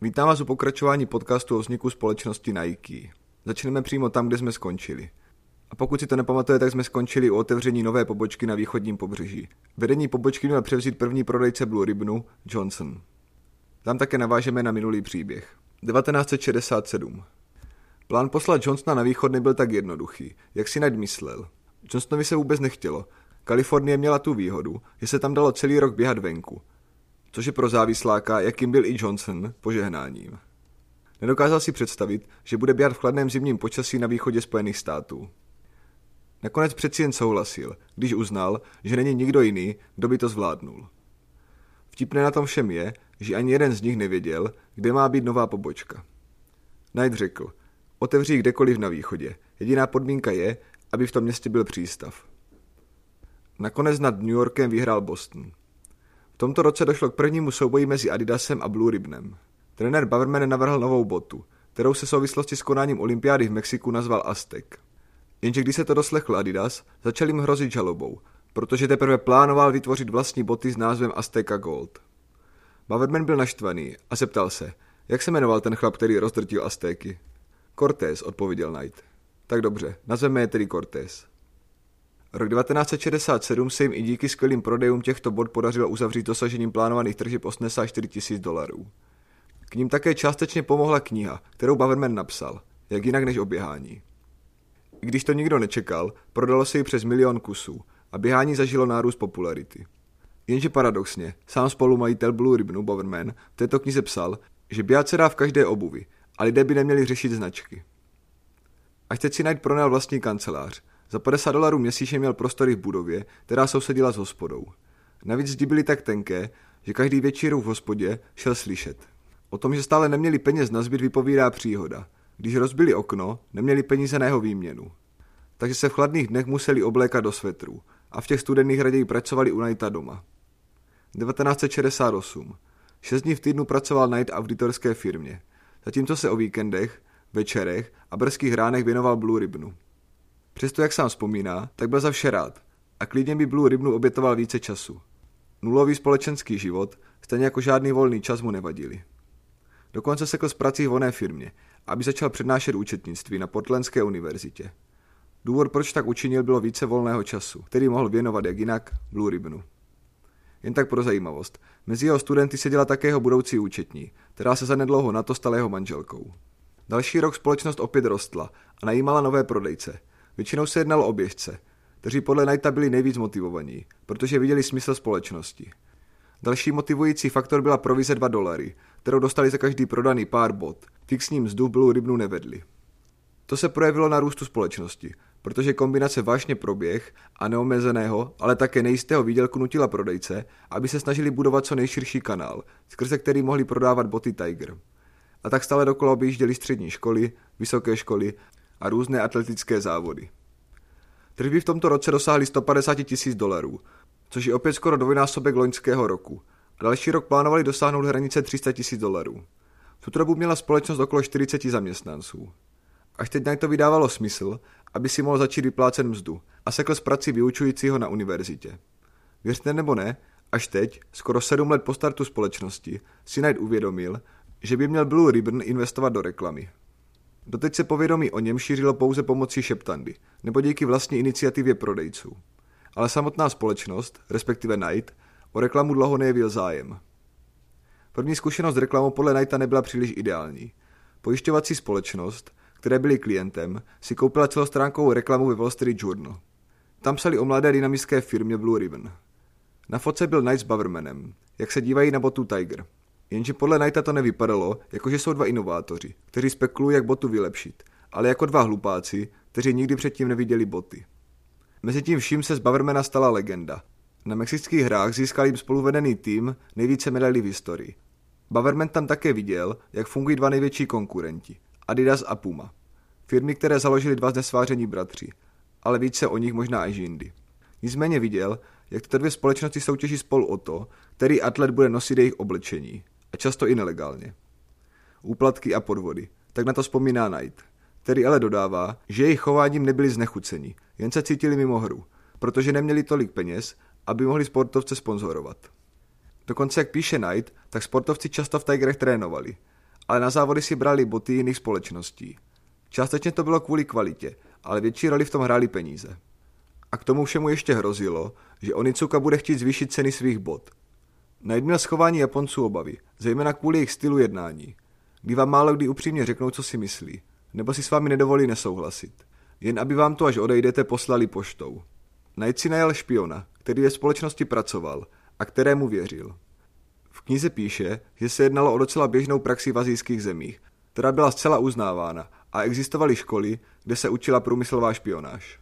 Vítám vás u pokračování podcastu o vzniku společnosti Nike. Začneme přímo tam, kde jsme skončili. A pokud si to nepamatuje, tak jsme skončili u otevření nové pobočky na východním pobřeží. Vedení pobočky měl převzít první prodejce Blue Ribbonu, Johnson. Tam také navážeme na minulý příběh. 1967. Plán poslat Johnsona na východ nebyl tak jednoduchý, jak si Knight myslel. Johnsonovi se vůbec nechtělo. Kalifornie měla tu výhodu, že se tam dalo celý rok běhat venku, což je pro závisláka, jakým byl i Johnson, požehnáním. Nedokázal si představit, že bude běhat v chladném zimním počasí na východě Spojených států. Nakonec přeci jen souhlasil, když uznal, že není nikdo jiný, kdo by to zvládnul. Vtipné na tom všem je, že ani jeden z nich nevěděl, kde má být nová pobočka. Knight řekl, otevří kdekoliv na východě, jediná podmínka je, aby v tom městě byl přístav. Nakonec nad New Yorkem vyhrál Boston. V tomto roce došlo k prvnímu souboji mezi Adidasem a Blue Ribbonem. Trenér Bowerman navrhl novou botu, kterou se v souvislosti s konáním olympiády v Mexiku nazval Aztec. Jenže když se to doslechl Adidas, začal jim hrozit žalobou, protože teprve plánoval vytvořit vlastní boty s názvem Azteca Gold. Bowerman byl naštvaný a zeptal se, jak se jmenoval ten chlap, který rozdrtil Aztéky. Cortés, odpověděl Knight. Tak dobře, nazveme je tedy Cortés. Rok 1967 se jim i díky skvělým prodejům těchto bot podařilo uzavřít dosažením plánovaných tržeb $84,000. K ním také částečně pomohla kniha, kterou Bowerman napsal, jak jinak než o běhání. I když to nikdo nečekal, prodalo se jí přes 1 000 000 kusů a běhání zažilo nárůst popularity. Jenže paradoxně, sám spolumajitel Blue Ribbonu Bowerman v této knize psal, že běhat se dá v každé obuvi a lidé by neměli řešit značky. Až teď si Knight pronajal vlastní kancelář. Za $50 měsíčně měl prostory v budově, která sousedila s hospodou. Navíc zdi byly tak tenké, že každý větší ruch v hospodě šel slyšet. O tom, že stále neměli peněz na zbyt, vypovídá příhoda. Když rozbili okno, neměli peníze na jeho výměnu. Takže se v chladných dnech museli oblékat do svetrů a v těch studených raději pracovali u Knighta doma. 1968. 6 dní v týdnu pracoval Knight v auditorské firmě, zatímco se o víkendech, večerech a brzkých ránech věnoval Blue Ribbonu. Přesto, jak sám vzpomíná, tak byl za vše rád a klidně by Blue Ribbonu obětoval více času. Nulový společenský život, stejně jako žádný volný čas mu nevadili. Dokonce sekl s prací v oné firmě, aby začal přednášet účetnictví na Portlandské univerzitě. Důvod, proč tak učinil, bylo více volného času, který mohl věnovat jak jinak Blue Ribbonu. Jen tak pro zajímavost, mezi jeho studenty seděla také jeho budoucí účetní, která se zanedlouho na to stala jeho manželkou. Další rok společnost opět rostla a najímala nové prodejce. Většinou se jednalo o běžce, kteří podle Knighta byli nejvíc motivovaní, protože viděli smysl společnosti. Další motivující faktor byla provize $2, kterou dostali za každý prodaný pár bot. Fixní mzdu Blue Ribbonu nevedli. To se projevilo na růstu společnosti, protože kombinace vášně pro běh a neomezeného, ale také nejistého výdělku nutila prodejce, aby se snažili budovat co nejširší kanál, skrze který mohli prodávat boty Tiger. A tak stále dokola objížděli střední školy, vysoké školy a různé atletické závody. Tržby v tomto roce dosáhly $150,000, což je opět skoro dvojnásobek loňského roku. A další rok plánovali dosáhnout hranice $300,000. V tuto dobu měla společnost okolo 40 zaměstnanců. Až teď Knight to vydávalo smysl, aby si mohl začít vyplácet mzdu a sekl s prací vyučujícího na univerzitě. Věřte nebo ne, až teď, skoro 7 let po startu společnosti, si Knight uvědomil, že by měl Blue Ribbon investovat do reklamy. Doteď se povědomí o něm šířilo pouze pomocí šeptandy, nebo díky vlastní iniciativě prodejců. Ale samotná společnost, respektive Knight, o reklamu dlouho nejevil zájem. První zkušenost s reklamou podle Knighta nebyla příliš ideální. Pojišťovací společnost, které byli klientem, si koupila celostránkovou reklamu ve Wall Street Journal. Tam psali o mladé dynamické firmě Blue Ribbon. Na fotce byl Knight s Bowermanem, jak se dívají na botu Tiger. Jenže podle Knighta to nevypadalo, jakože jsou dva inovátoři, kteří spekulují, jak botu vylepšit, ale jako dva hlupáci, kteří nikdy předtím neviděli boty. Mezitím vším se z Bowermana stala legenda. Na mexických hrách získal jim spoluvedený tým nejvíce medailí v historii. Bowerman tam také viděl, jak fungují dva největší konkurenti, Adidas a Puma. Firmy, které založili dva znesváření bratři, ale více o nich možná až jindy. Nicméně viděl, jak tyto dvě společnosti soutěží spolu o to, který atlet bude nosit jejich oblečení, a často i nelegálně. Úplatky a podvody, tak na to vzpomíná Knight, který ale dodává, že jejich chováním nebyli znechuceni, jen se cítili mimo hru, protože neměli tolik peněz, aby mohli sportovce sponzorovat. Dokonce, jak píše Knight, tak sportovci často v Tigerech trénovali ale na závody si brali boty jiných společností. Částečně to bylo kvůli kvalitě, ale větší roli v tom hrály peníze. A k tomu všemu ještě hrozilo, že Onizuka bude chtít zvýšit ceny svých bot. Knight měl schování Japonců obavy, zejména kvůli jejich stylu jednání, kdy vám málo kdy upřímně řeknou, co si myslí, nebo si s vámi nedovolí nesouhlasit. Jen aby vám to, až odejdete, poslali poštou. Knight si najal špiona, který ve společnosti pracoval a kterému věřil. V knize píše, že se jednalo o docela běžnou praxi v asijských zemích, která byla zcela uznávána a existovaly školy, kde se učila průmyslová špionáž.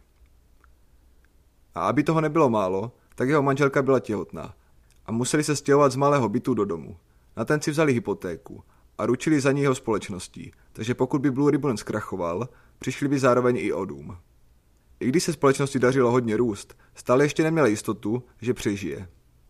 A aby toho nebylo málo, tak jeho manželka byla těhotná a museli se stěhovat z malého bytu do domu. Na ten si vzali hypotéku a ručili za ní jeho společností, takže pokud by Blue Ribbon zkrachoval, přišli by zároveň i o dům. I když se společnosti dařilo hodně růst, stále ještě neměla jistotu, že přežije.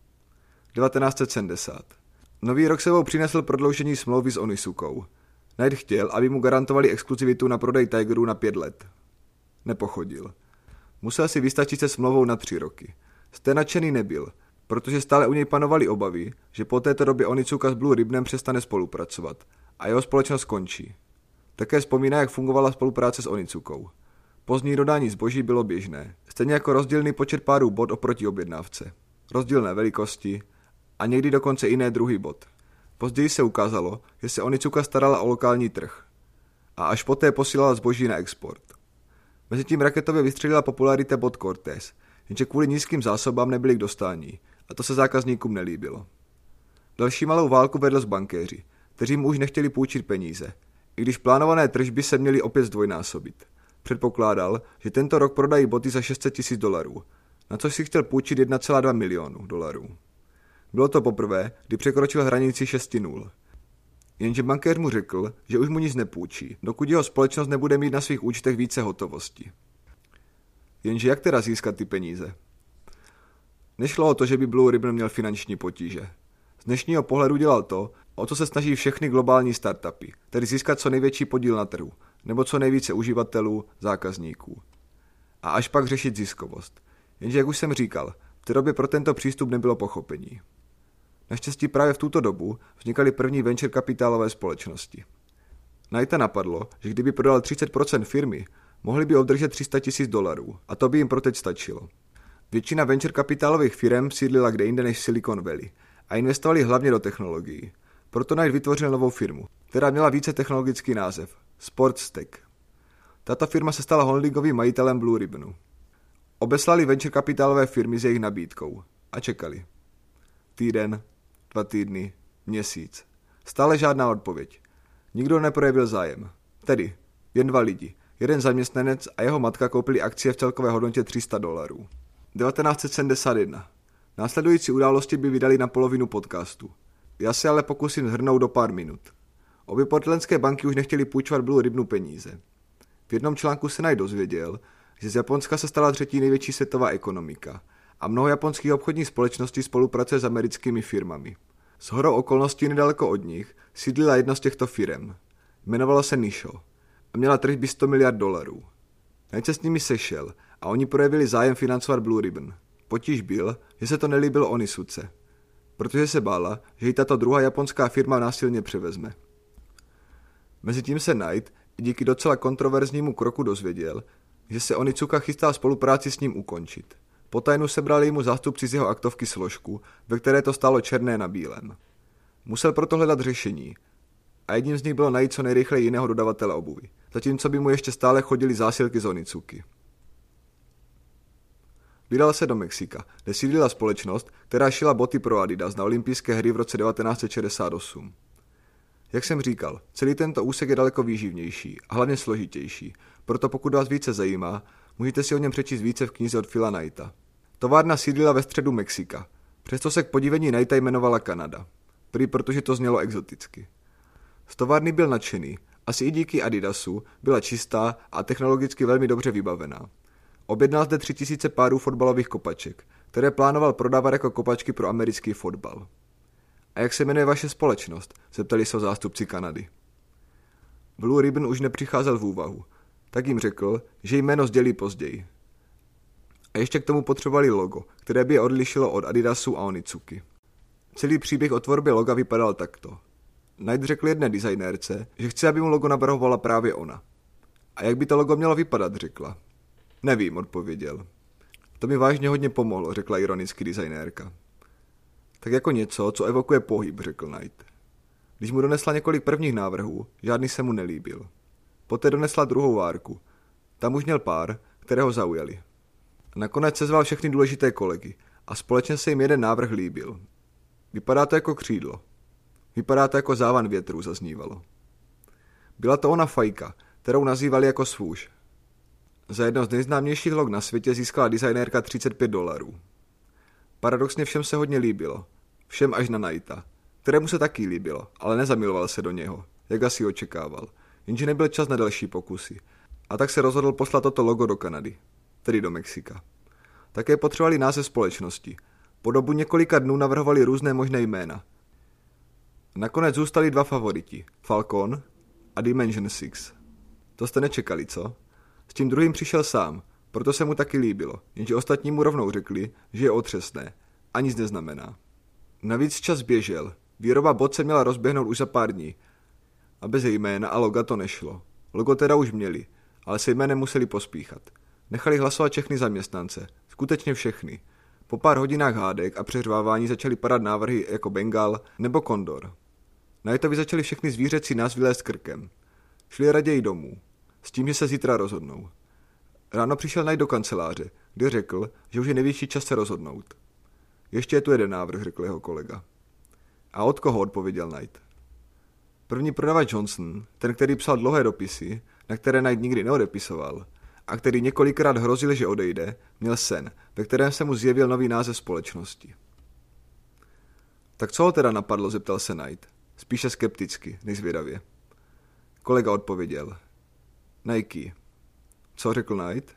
1970. Nový rok sebou přinesl prodloužení smlouvy s Onizukou. Knight chtěl, aby mu garantovali exkluzivitu na prodej Tigerů na 5 let. Nepochodil. Musel si vystačit se smlouvou na 3 roky. Jste nadšený nebyl, protože stále u něj panovaly obavy, že po této době Onizuka s Blue Ribbonem přestane spolupracovat a jeho společnost skončí. Také vzpomíná, jak fungovala spolupráce s Onizukou. Pozdní dodání zboží bylo běžné, stejně jako rozdílný počet párů bot oproti objednávce, rozdílné velikosti a někdy dokonce jiné druhy bot. Později se ukázalo, že se Onizuka starala o lokální trh a až poté posílala zboží na export. Mezitím raketově vystřelila popularita bot Cortez, jenže kvůli nízkým zásobám nebyly k dostání a to se zákazníkům nelíbilo. Další malou válku vedl s bankéři, kteří mu už nechtěli půjčit peníze, i když plánované tržby se měly opět zdvojnásobit. Předpokládal, že tento rok prodají boty za $600,000, na což si chtěl půjčit 1,2 milionu dolarů. Bylo to poprvé, kdy překročil hranici 6 nul. Jenže bankéř mu řekl, že už mu nic nepůjčí, dokud jeho společnost nebude mít na svých účtech více hotovosti. Jenže jak teda získat ty peníze? Nešlo o to, že by Blue Ribbon měl finanční potíže. Z dnešního pohledu dělal to, o co se snaží všechny globální startupy, tedy získat co největší podíl na trhu, nebo co nejvíce uživatelů, zákazníků. A až pak řešit ziskovost. Jenže, jak už jsem říkal, v té době pro tento přístup nebylo pochopení. Naštěstí právě v tuto dobu vznikaly první venture kapitálové společnosti. Knighta napadlo, že kdyby prodal 30% firmy, mohli by obdržet $300,000 a to by jim pro teď stačilo. Většina venture kapitálových firm sídlila kde jinde než v Silicon Valley a investovali hlavně do technologií. Proto Knight vytvořil novou firmu, která měla více technologický název – SportsTech. Tato firma se stala holdingovým majitelem Blue Ribbonu. Obeslali venture kapitálové firmy s jejich nabídkou a čekali. Týden, 2 týdny, měsíc. Stále žádná odpověď. Nikdo neprojevil zájem. Tedy jen 2 lidi. Jeden zaměstnanec a jeho matka koupili akcie v celkové hodnotě $300. 1971. Následující události by vydali na polovinu podcastu. Já se ale pokusím shrnout do pár minut. Obě portlandské banky už nechtěly půjčovat Blue Ribbonu peníze. V jednom článku se Knight dozvěděl, že z Japonska se stala 3. největší světová ekonomika a mnoho japonských obchodních společností spolupracuje s americkými firmami. Shodou okolností nedaleko od nich sídlila jedna z těchto firem. Jmenovala se Nisho a měla tržby $100 miliard. Knight se s nimi sešel a oni projevili zájem financovat Blue Ribbon. Potíž byl, že se to nelíbilo Onizuce, protože se bála, že ji tato druhá japonská firma násilně převezme. Mezitím se Knight díky docela kontroverznímu kroku dozvěděl, že se Onizuka chystá spolupráci s ním ukončit. Po tajnu sebrali mu zástupci z jeho aktovky složku, ve které to stálo černé na bílém. Musel proto hledat řešení a jedním z nich bylo najít co nejrychleji jiného dodavatele obuvi, zatímco by mu ještě stále chodily zásilky z Onizuky. Vydal se do Mexika, kde sídlila společnost, která šila boty pro Adidas na olympijské hry v roce 1968. Jak jsem říkal, celý tento úsek je daleko výživnější a hlavně složitější, proto pokud vás více zajímá, můžete si o něm přečíst více v knize od Phila Knighta. Továrna sídlila ve středu Mexika, přesto se k podivení Knighta jmenovala Kanada, prý protože to znělo exoticky. Z továrny byl nadšený, asi i díky Adidasu byla čistá a technologicky velmi dobře vybavená. Objednal zde 3000 párů fotbalových kopaček, které plánoval prodávat jako kopačky pro americký fotbal. A jak se jmenuje vaše společnost? Zeptali se zástupci Kanady. Blue Ribbon už nepřicházel v úvahu, tak jim řekl, že jméno sdělí později. A ještě k tomu potřebovali logo, které by je odlišilo od Adidasu a Onizuky. Celý příběh o tvorbě loga vypadal takto. Knight řekl jedné designérce, že chce, aby mu logo navrhovala právě ona. A jak by to logo mělo vypadat, řekla. Nevím, odpověděl. To mi vážně hodně pomohlo, řekla ironicky designérka. Tak jako něco, co evokuje pohyb, řekl Knight. Když mu donesla několik prvních návrhů, žádný se mu nelíbil. Poté donesla druhou várku. Tam už měl pár, které ho zaujali. Nakonec sezval všechny důležité kolegy a společně se jim jeden návrh líbil. Vypadá to jako křídlo. Vypadá to jako závan větru, zaznívalo. Byla to ona fajka, kterou nazývali jako svůž. Za jedno z nejznámějších log na světě získala designérka $35. Paradoxně všem se hodně líbilo. Všem až na Knighta, kterému se taky líbilo, ale nezamiloval se do něho, jak asi očekával. Jenže nebyl čas na další pokusy. A tak se rozhodl poslat toto logo do Kanady, tedy do Mexika. Také potřebovali název společnosti. Po dobu několika dnů navrhovali různé možné jména. Nakonec zůstali dva favoriti, Falcon a Dimension 6. To jste nečekali, co? S tím druhým přišel sám, proto se mu taky líbilo, jenže ostatní mu rovnou řekli, že je otřesné a nic neznamená. Navíc čas běžel, výroba bot se měla rozběhnout už za pár dní a bez jména a loga to nešlo. Logo teda už měli, ale se jménem museli pospíchat. Nechali hlasovat všechny zaměstnance, skutečně všechny. Po pár hodinách hádek a přeřvávání začaly padat návrhy jako Bengal nebo Kondor. Knightovi začali všechny zvířecí názvy lézt krkem. Šli raději domů, s tím, že se zítra rozhodnou. Ráno přišel Knight do kanceláře, kde řekl, že už je nejvyšší čas se rozhodnout. Ještě je tu jeden návrh, řekl jeho kolega. A od koho, odpověděl Knight. První prodavač Johnson, ten, který psal dlouhé dopisy, na které Knight nikdy neodepisoval, a který několikrát hrozil, že odejde, měl sen, ve kterém se mu zjevil nový název společnosti. Tak co ho teda napadlo, zeptal se Knight. Spíše skepticky, než zvědavě. Kolega odpověděl. Nike. Co řekl Knight?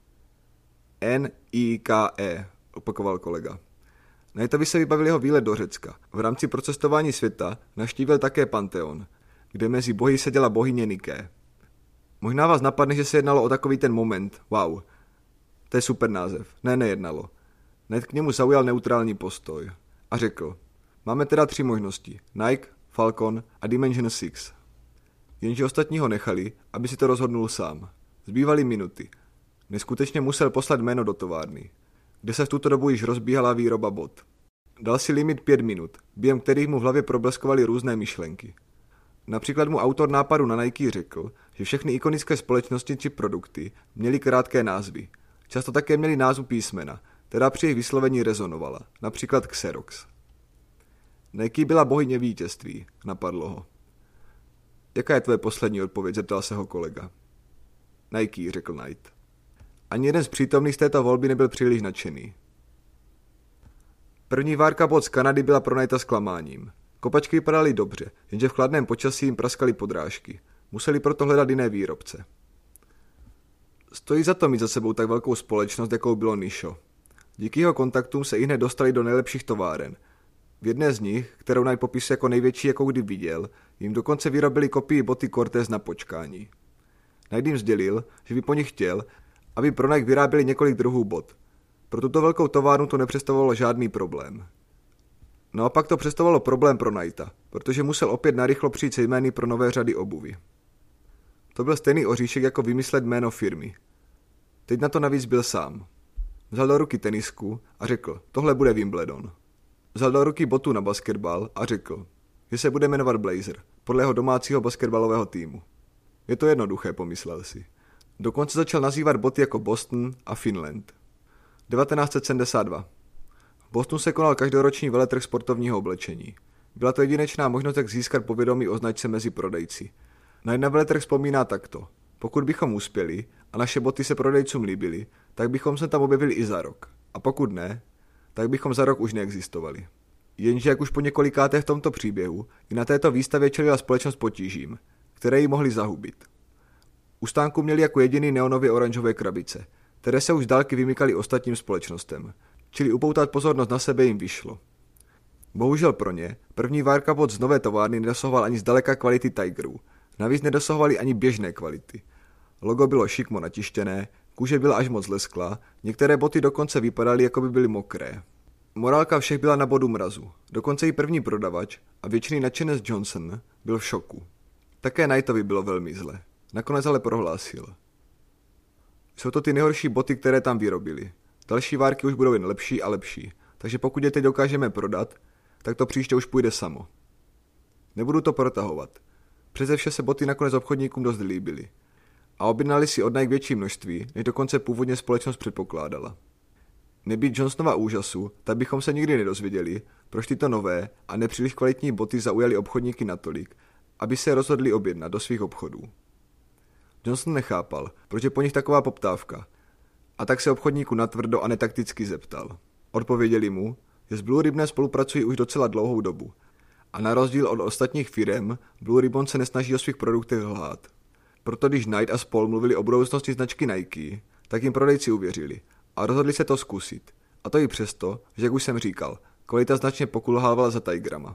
Nike, opakoval kolega. Knightovi se vybavil jeho výlet do Řecka. V rámci procestování světa navštívil také Panteon, kde mezi bohy seděla bohyně Nike. Možná vás napadne, že se jednalo o takový ten moment. Wow. To je super název. Ne, nejednalo. Knight k němu zaujal neutrální postoj. A řekl. Máme teda 3 možnosti. Nike, Falcon a Dimension 6. Jenže ostatní ho nechali, aby si to rozhodnul sám. Zbývaly minuty. Neskutečně musel poslat jméno do továrny, kde se v tuto dobu již rozbíhala výroba bot. Dal si limit 5 minut, během kterých mu v hlavě probleskovaly různé myšlenky. Například mu autor nápadu na Nike řekl, že všechny ikonické společnosti či produkty měly krátké názvy. Často také měly názvu písmena, která při jejich vyslovení rezonovala, například Xerox. Nike byla bohyně vítězství, napadlo ho. Jaká je tvoje poslední odpověď, zeptal se ho kolega. Nike, řekl Knight. Ani jeden z přítomných z této volby nebyl příliš nadšený. První várka bot z Kanady byla pro Knighta zklamáním. Kopačky vypadaly dobře, jenže v chladném počasí jim praskaly podrážky. Museli proto hledat jiné výrobce. Stojí za to mít za sebou tak velkou společnost, jakou bylo Nisho. Díky jeho kontaktům se ihned dostali do nejlepších továren. V jedné z nich, kterou Knight popisuje jako největší, jakou kdy viděl, jim dokonce vyrobili kopii boty Cortez na počkání. Knight jim sdělil, že by po nich chtěl, aby pro Nike vyráběli několik druhů bot. Pro tuto velkou továrnu to nepředstavovalo žádný problém. No a pak to představovalo problém pro Knighta, protože musel opět narychlo přijít se jmény pro nové řady obuvy. To byl stejný oříšek jako vymyslet jméno firmy. Teď na to navíc byl sám. Vzal do ruky tenisku a řekl, tohle bude Wimbledon. Vzal do ruky botu na basketbal a řekl, že se bude jmenovat Blazer, podle jeho domácího basketbalového týmu. Je to jednoduché, pomyslel si. Dokonce začal nazývat boty jako Boston a Finland. 1972. V Bostonu se konal každoroční veletrh sportovního oblečení. Byla to jedinečná možnost, jak získat povědomí o značce mezi prodejci. Na jedna veletrh vzpomíná takto. Pokud bychom uspěli a naše boty se prodejcům líbily, tak bychom se tam objevili i za rok. A pokud ne, tak bychom za rok už neexistovali. Jenže jak už po několikáté v tomto příběhu, i na této výstavě čelila společnost potížím, které ji mohly zahubit. U stánku měli jako jediný neonově oranžové krabice, které se už z dálky vymykaly ostatním společnostem, čili upoutat pozornost na sebe jim vyšlo. Bohužel pro ně, první várka bot z nové továrny nedosahoval ani zdaleka kvality Tigerů, navíc nedosahovali ani běžné kvality. Logo bylo šikmo natištěné, kůže byla až moc lesklá, některé boty dokonce vypadaly, jako by byly mokré. Morálka všech byla na bodu mrazu. Dokonce i první prodavač a věčný nadšenec Johnson byl v šoku. Také Knightovi bylo velmi zle. Nakonec ale prohlásil: jsou to ty nejhorší boty, které tam vyrobili. Další várky už budou jen lepší a lepší, takže pokud je teď dokážeme prodat, tak to příště už půjde samo. Nebudu to protahovat. Přeze vše se boty nakonec obchodníkům dost líbily. A objednali si od Nike větší množství, než dokonce původně společnost předpokládala. Nebýt Johnsonova úžasu, tak bychom se nikdy nedozvěděli, proč tyto nové a nepříliš kvalitní boty zaujaly obchodníky natolik, aby se rozhodli objednat do svých obchodů. Johnson nechápal, proč je po nich taková poptávka, a tak se obchodníku natvrdo a netakticky zeptal. Odpověděli mu, že s Blue Ribbon spolupracují už docela dlouhou dobu a na rozdíl od ostatních firem Blue Ribbon se nesnaží o svých produktech lhát. Proto když Knight a spol mluvili o budoucnosti značky Nike, tak jim prodejci uvěřili a rozhodli se to zkusit. A to i přesto, že jak už jsem říkal, kvalita značně pokulhávala za Tigrama.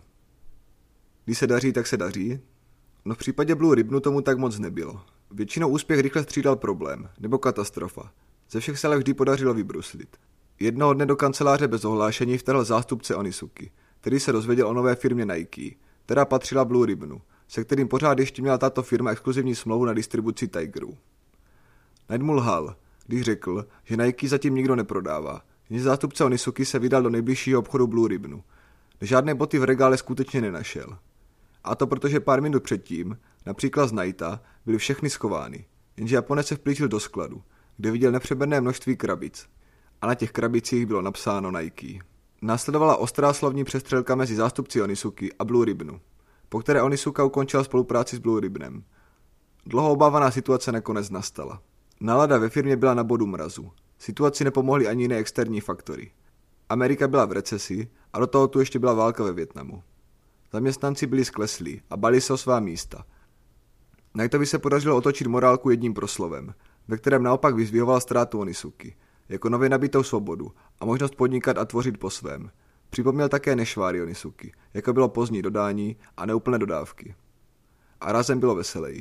Když se daří, tak se daří. No v případě Blue Ribbonu tomu tak moc nebylo. Většinou úspěch rychle střídal problém, nebo katastrofa. Ze všech se ale vždy podařilo vybruslit. Jednoho dne do kanceláře bez ohlášení vtrhl zástupce Onitsuky, který se dozvěděl o nové firmě Nike, která patřila Blue Ribbonu, se kterým pořád ještě měla tato firma exkluzivní smlouvu na distribuci Tigerů. Knight mu lhal, když řekl, že Nike zatím nikdo neprodává, jenže zástupce Onitsuky se vydal do nejbližšího obchodu Blue Ribbonu. Žádné boty v regále skutečně nenašel. A to protože pár minut předtím, například z Knighta, byly všechny schovány, jenže Japonec se vplížil do skladu, kde viděl nepřeberné množství krabic. A na těch krabicích bylo napsáno Nike. Následovala ostrá slovní přestřelka mezi zástupci Onitsuky a Blue Ribbonu, po které Onitsuka ukončila spolupráci s Blue Ribbonem. Dlouho obávaná situace nakonec nastala. Nálada ve firmě byla na bodu mrazu. Situaci nepomohly ani jiné externí faktory. Amerika byla v recesi a do toho tu ještě byla válka ve Vietnamu. Zaměstnanci byli skleslí a bali se o svá místa. Knightovi se podařilo otočit morálku jedním proslovem, ve kterém naopak vyzdvihoval ztrátu Onitsuky, jako nově nabitou svobodu a možnost podnikat a tvořit po svém. Připomněl také nešváry Onitsuky, jako bylo pozdní dodání a neúplné dodávky. A razem bylo veseleji.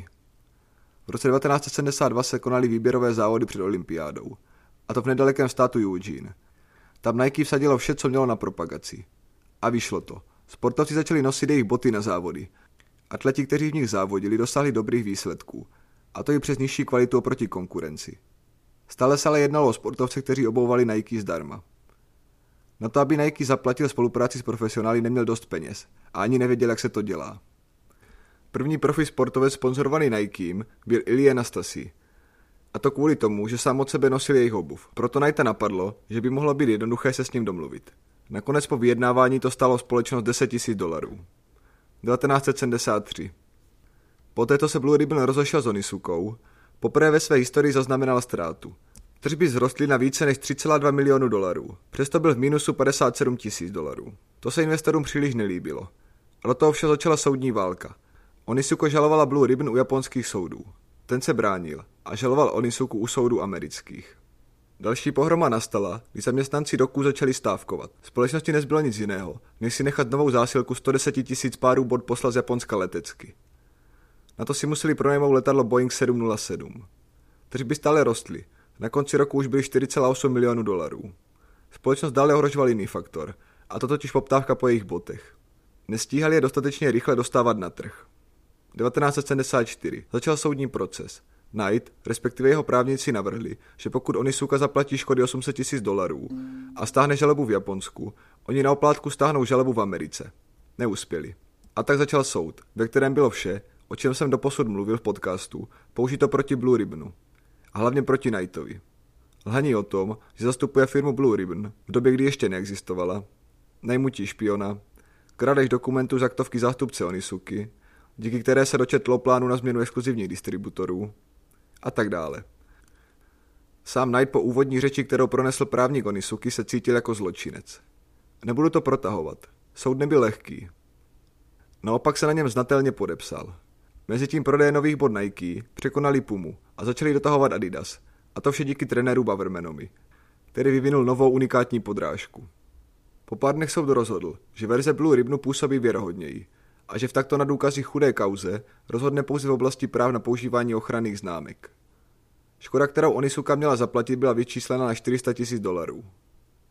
V roce 1972 se konaly výběrové závody před olympiádou, a to v nedalekém státu Eugene. Tam Nike vsadilo vše, co mělo na propagaci. A vyšlo to. Sportovci začali nosit jejich boty na závody. Atleti, kteří v nich závodili, dosáhli dobrých výsledků, a to i přes nižší kvalitu oproti konkurenci. Stále se ale jednalo o sportovce, kteří obouvali Nike zdarma. Na to, aby Nike zaplatil spolupráci s profesionály, neměl dost peněz a ani nevěděl, jak se to dělá. První profi sportovec sponzorovaný Nikem byl Ilie Nastase. A to kvůli tomu, že sám od sebe nosil jejich obuv. Proto Knighta napadlo, že by mohlo být jednoduché se s ním domluvit. Nakonec po vyjednávání to stálo společnost $10,000. 1973. Poté, co se Blue Ribbon rozešel s Onitsukou, poprvé ve své historii zaznamenala ztrátu. Tržby vzrostly na více než $3,2 milionu. Přesto byl v mínusu $57,000. To se investorům příliš nelíbilo. A do toho vše začala soudní válka. Onitsuka žalovala Blue Ribbon u japonských soudů. Ten se bránil a žaloval Onitsuku u soudů amerických. Další pohroma nastala, když zaměstnanci doků začali stávkovat. Společnosti nezbylo nic jiného, než si nechat novou zásilku 110 000 párů bot poslat z Japonska letecky. Na to si museli pronajmout letadlo Boeing 707. Tržby stále rostly. Na konci roku už byly $4,8 milionu. Společnost dále ohrožoval jiný faktor, a to totiž poptávka po jejich botech. Nestíhali je dostatečně rychle dostávat na trh. 1974. Začal soudní proces. Knight, respektive jeho právníci, navrhli, že pokud Onitsuka zaplatí škody $800,000 a stáhne žalobu v Japonsku, oni na oplátku stáhnou žalobu v Americe. Neuspěli. A tak začal soud, ve kterém bylo vše, o čem jsem doposud mluvil v podcastu, použito proti Blue Ribbonu. A hlavně proti Knightovi. Lhaní o tom, že zastupuje firmu Blue Ribbon v době, kdy ještě neexistovala, najmutí špiona, krádež dokumentů z aktovky zástupce Onitsuky, díky které se dočetlo plánu na změnu exkluzivních distributorů a tak dále. Sám Knight po úvodní řeči, kterou pronesl právník Onitsuky, se cítil jako zločinec. Nebudu to protahovat. Soud nebyl lehký. Naopak se na něm znatelně podepsal. Mezitím prodeje nových bod Nike překonali Pumu a začali dotahovat Adidas. A to vše díky trenéru Bowermanovi, který vyvinul novou unikátní podrážku. Po pár dnech soud rozhodl, že verze Blue Ribbonu působí věrohodněji a že v takto na důkazy chudé kauze rozhodne pouze v oblasti práv na používání ochranných známek. Škoda, kterou Onitsuka měla zaplatit, byla vyčíslena na $400,000.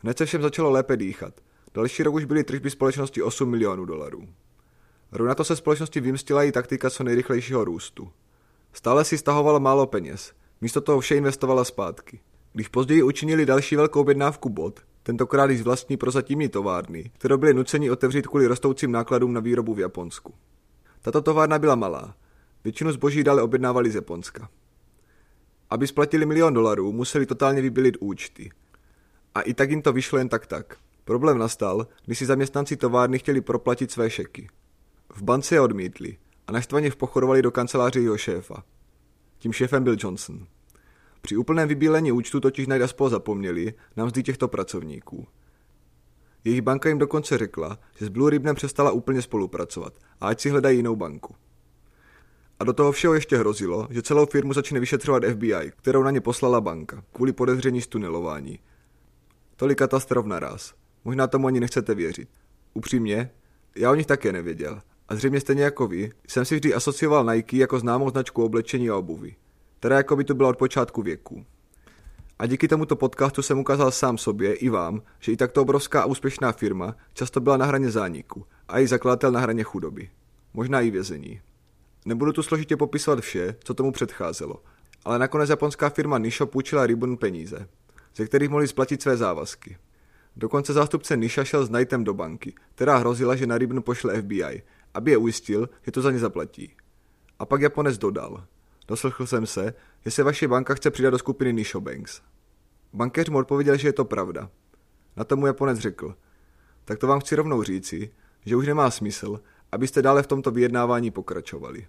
Hned se všem začalo lépe dýchat. Další rok už byly tržby společnosti 8 milionů dolarů. Rok na to se společnosti vymstila i taktika co nejrychlejšího růstu. Stále si stahovala málo peněz, místo toho vše investovala zpátky. Když později učinili další velkou objednávku bot, tentokrát i z vlastní prozatímní továrny, kterou byli nuceni otevřít kvůli rostoucím nákladům na výrobu v Japonsku. Tato továrna byla malá, většinu zboží dále objednávali z Japonska. Aby splatili $1 milion, museli totálně vybilit účty. A i tak jim to vyšlo jen tak. Problém nastal, když si zaměstnanci továrny chtěli proplatit své šeky. V bance je odmítli a naštvaně vpochodovali do kanceláře jeho šéfa. Tím šéfem byl Johnson. Při úplném vybílení účtu totiž najít aspoň zapomněli na mzdy těchto pracovníků. Jejich banka jim dokonce řekla, že s Blue Ribbnem přestala úplně spolupracovat a ať si hledají jinou banku. A do toho všeho ještě hrozilo, že celou firmu začne vyšetřovat FBI, kterou na ně poslala banka, kvůli podezření z tunelování. Tolik katastrof naraz. Možná tomu ani nechcete věřit. Upřímně, já o nich také nevěděl. A zřejmě stejně jako vy, jsem si vždy asocioval Nike jako známou značku oblečení a obuvi. Teda jako by to byla od počátku věku. A díky tomuto podcastu jsem ukázal sám sobě i vám, že i takto obrovská a úspěšná firma často byla na hraně zániku a její zakladatel na hraně chudoby. Možná i vězení. Nebudu tu složitě popisovat vše, co tomu předcházelo, ale nakonec japonská firma Nissho půjčila Ribbon peníze, ze kterých mohli splatit své závazky. Dokonce zástupce Nissha šel s Knightem do banky, která hrozila, že na Ribbon pošle FBI, aby je ujistil, že to za ně zaplatí. A pak Japonec dodal: doslechl jsem se, že se vaše banka chce přidat do skupiny Nissho Banks. Bankéř mu odpověděl, že je to pravda. Na tomu Japonec řekl: tak to vám chci rovnou říci, že už nemá smysl, abyste dále v tomto vyjednávání pokračovali.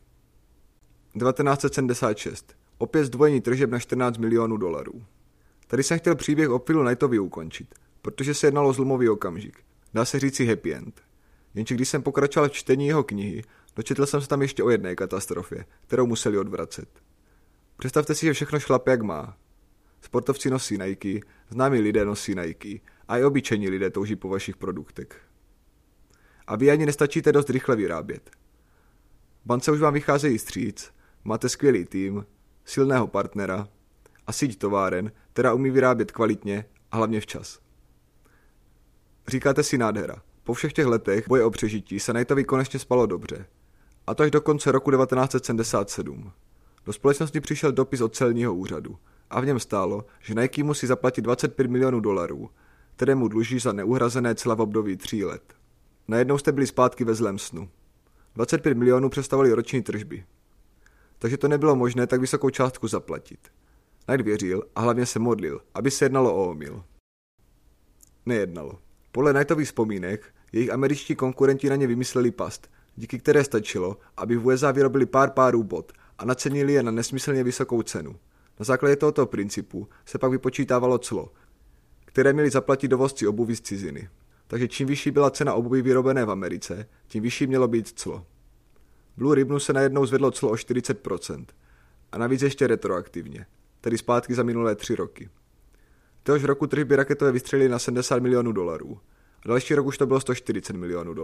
1976. Opět zdvojení tržeb na $14 milionů. Tady jsem chtěl příběh o Philu Knightovi ukončit, protože se jednalo o zlomový okamžik. Dá se říci happy end. Jenže když jsem pokračoval v čtení jeho knihy, dočetl jsem se tam ještě o jedné katastrofě, kterou museli odvracet. Představte si, že všechno šlape jak má. Sportovci nosí Nike, známí lidé nosí Nike a i obyčejní lidé touží po vašich produktech. A vy ani nestačíte dost rychle vyrábět. Bance už vám vycházejí vstříc, máte skvělý tým, silného partnera a síť továren, která umí vyrábět kvalitně a hlavně včas. Říkáte si nádhera. Po všech těch letech boje o přežití se Knightovi konečně spalo dobře. A to až do konce roku 1977. Do společnosti přišel dopis od celního úřadu a v něm stálo, že Nike musí zaplatit $25 milionů, které mu dluží za neuhrazené cla v období 3 let. Najednou jste byli zpátky ve zlém snu. 25 milionů představovaly roční tržby. Takže to nebylo možné tak vysokou částku zaplatit. Knight věřil a hlavně se modlil, aby se jednalo o omyl. Nejednalo. Podle Knightových vzpomínek jejich američtí konkurenti na ně vymysleli past, díky které stačilo, aby v USA vyrobili pár párů bot a nacenili je na nesmyslně vysokou cenu. Na základě tohoto principu se pak vypočítávalo clo, které měli zaplatit dovozci obuvi z ciziny. Takže čím vyšší byla cena obuvi vyrobené v Americe, tím vyšší mělo být clo. Blue Ribbonu se najednou zvedlo clo o 40%. A navíc ještě retroaktivně, tedy zpátky za minulé 3 roky. Téhož roku tržby raketové vystřelily na $70 milionů a další rok už to bylo $140 milionů.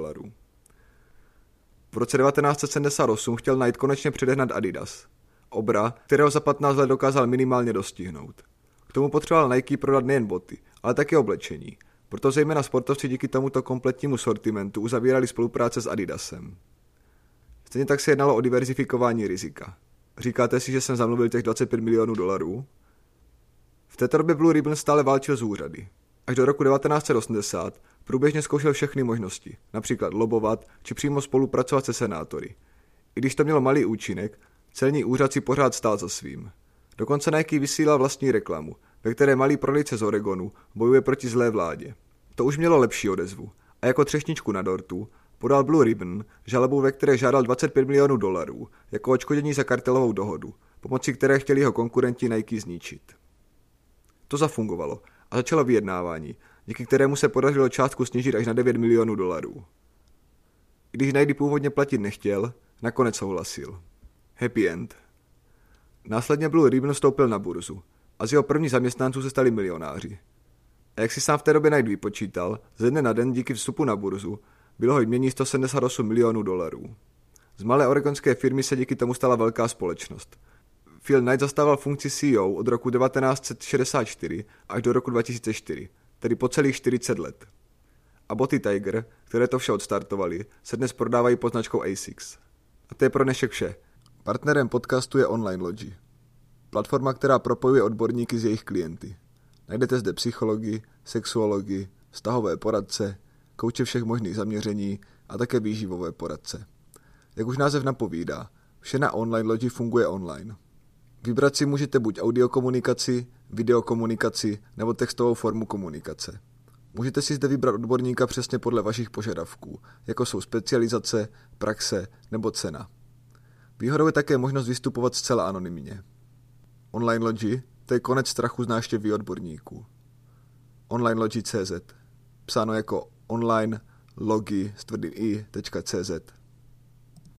V roce 1978 chtěl Knight konečně předehnat Adidas, obra, kterého za 15 let dokázal minimálně dostihnout. K tomu potřeboval Nike prodat nejen boty, ale také oblečení, proto zejména sportovci díky tomuto kompletnímu sortimentu uzavírali spolupráce s Adidasem. Stejně tak se jednalo o diverzifikování rizika. Říkáte si, že jsem zamluvil těch $25 milionů? V této době Blue Ribbon stále válčil s úřady. Až do roku 1980 průběžně zkoušel všechny možnosti, například lobovat či přímo spolupracovat se senátory. I když to mělo malý účinek, celní úřad si pořád stál za svým. Dokonce Nike vysílal vlastní reklamu, ve které malý prodejce z Oregonu bojuje proti zlé vládě. To už mělo lepší odezvu a jako třešničku na dortu podal Blue Ribbon žalobu, ve které žádal $25 milionů jako odškodnění za kartelovou dohodu, pomocí které chtěli jeho konkurenti Nike zničit. To zafungovalo a začalo vyjednávání, díky kterému se podařilo částku snížit až na $9 milionů. I když Nike původně platit nechtěl, nakonec souhlasil. Happy end. Následně Blue Ribbon vstoupil na burzu a z jeho prvních zaměstnanců se stali milionáři. A jak si sám v té době Knight vypočítal, ze dne na den díky vstupu na burzu bylo ho jmění $178 milionů. Z malé oregonské firmy se díky tomu stala velká společnost. Phil Knight zastával funkci CEO od roku 1964 až do roku 2004. tedy po celých 40 let. A boty Tiger, které to vše odstartovali, se dnes prodávají pod značkou ASICS. A to je pro dnešek vše. Partnerem podcastu je Online Logi. Platforma, která propojuje odborníky s jejich klienty. Najdete zde psychologi, sexuologi, vztahové poradce, kouče všech možných zaměření a také výživové poradce. Jak už název napovídá, vše na Online Logi funguje online. Vybrat si můžete buď audiokomunikaci, videokomunikaci nebo textovou formu komunikace. Můžete si zde vybrat odborníka přesně podle vašich požadavků, jako jsou specializace, praxe nebo cena. Výhodou je také možnost vystupovat zcela anonymně. Online Logi, to je konec strachu z návštěvy odborníků. OnlineLogi.cz, psáno jako online logi.cz.